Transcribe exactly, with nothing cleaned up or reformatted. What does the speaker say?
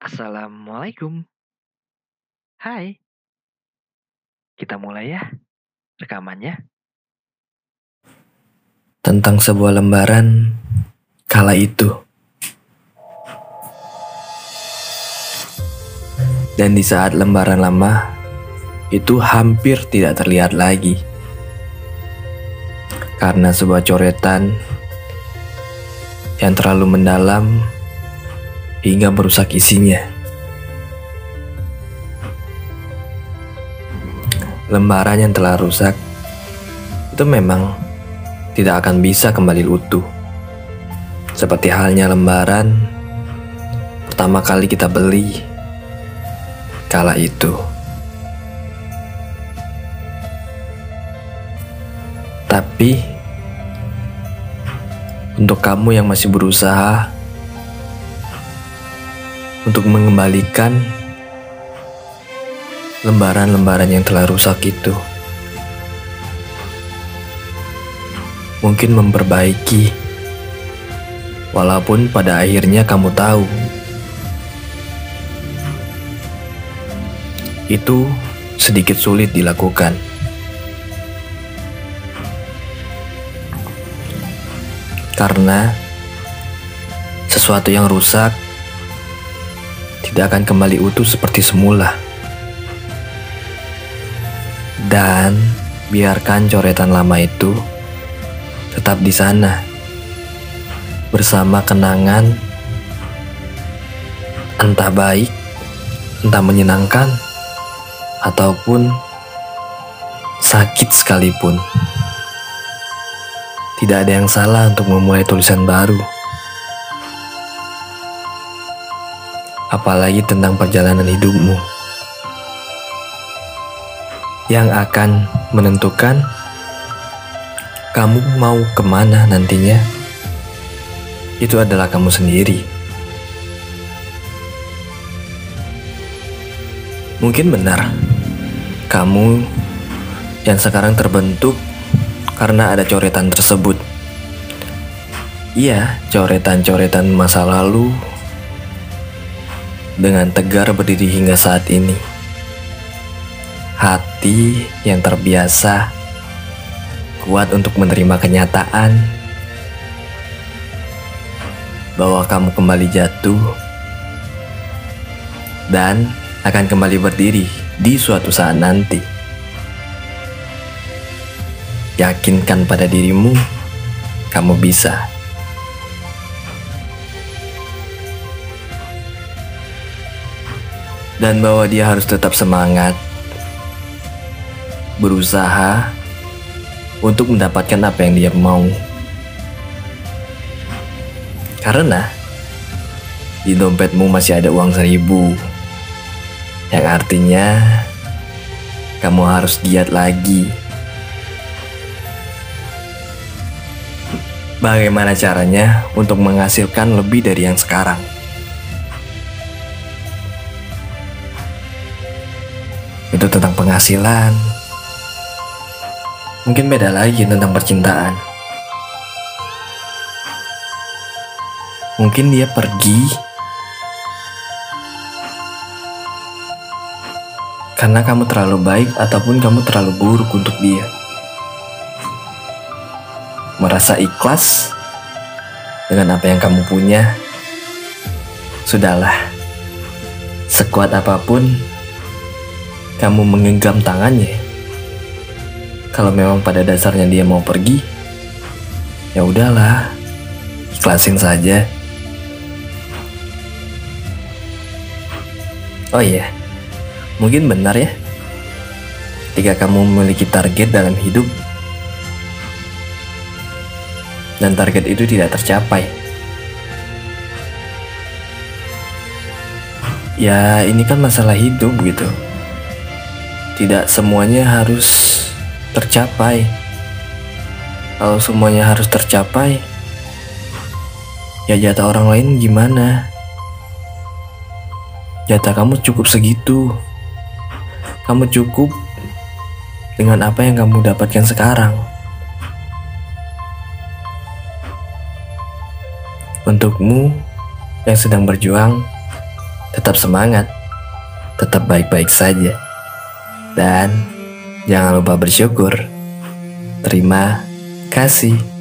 Assalamualaikum. Hai, kita mulai ya rekamannya. Tentang sebuah lembaran kala itu. Dan di saat lembaran lama itu hampir tidak terlihat lagi. Karena sebuah coretan yang terlalu mendalam hingga merusak isinya. Lembaran yang telah rusak itu memang tidak akan bisa kembali utuh. Seperti halnya lembaran pertama kali kita beli kala itu. Tapi untuk kamu yang masih berusaha untuk mengembalikan lembaran-lembaran yang telah rusak itu, mungkin memperbaiki, walaupun pada akhirnya kamu tahu itu sedikit sulit dilakukan. Karena sesuatu yang rusak tidak akan kembali utuh seperti semula. Dan biarkan coretan lama itu tetap di sana bersama kenangan, entah baik, entah menyenangkan, ataupun sakit sekalipun. Tidak ada yang salah untuk memulai tulisan baru, apalagi tentang perjalanan hidupmu yang akan menentukan kamu mau kemana nantinya. Itu adalah kamu sendiri. Mungkin benar kamu yang sekarang terbentuk karena ada coretan tersebut. Iya, coretan-coretan masa lalu dengan tegar berdiri hingga saat ini. Hati yang terbiasa kuat untuk menerima kenyataan bahwa kamu kembali jatuh dan akan kembali berdiri di suatu saat nanti. Yakinkan pada dirimu, kamu bisa. Dan bahwa dia harus tetap semangat, berusaha untuk mendapatkan apa yang dia mau. Karena di dompetmu masih ada uang seribu, yang artinya kamu harus giat lagi. Bagaimana caranya untuk menghasilkan lebih dari yang sekarang? Itu tentang penghasilan. Mungkin beda lagi tentang percintaan. Mungkin dia pergi karena kamu terlalu baik ataupun kamu terlalu buruk untuk dia. Merasa ikhlas dengan apa yang kamu punya. Sudahlah, sekuat apapun kamu menggenggam tangannya, kalau memang pada dasarnya dia mau pergi, ya udahlah, ikhlasin saja. Oh iya, mungkin benar ya, ketika kamu memiliki target dalam hidup dan target itu tidak tercapai, ya ini kan masalah hidup gitu. Tidak semuanya harus tercapai. Kalau semuanya harus tercapai, ya jatah orang lain gimana? Jatah kamu cukup segitu. Kamu cukup dengan apa yang kamu dapatkan sekarang. Untukmu yang sedang berjuang, Tetap semangat, tetap baik-baik saja. Dan jangan lupa bersyukur. Terima kasih.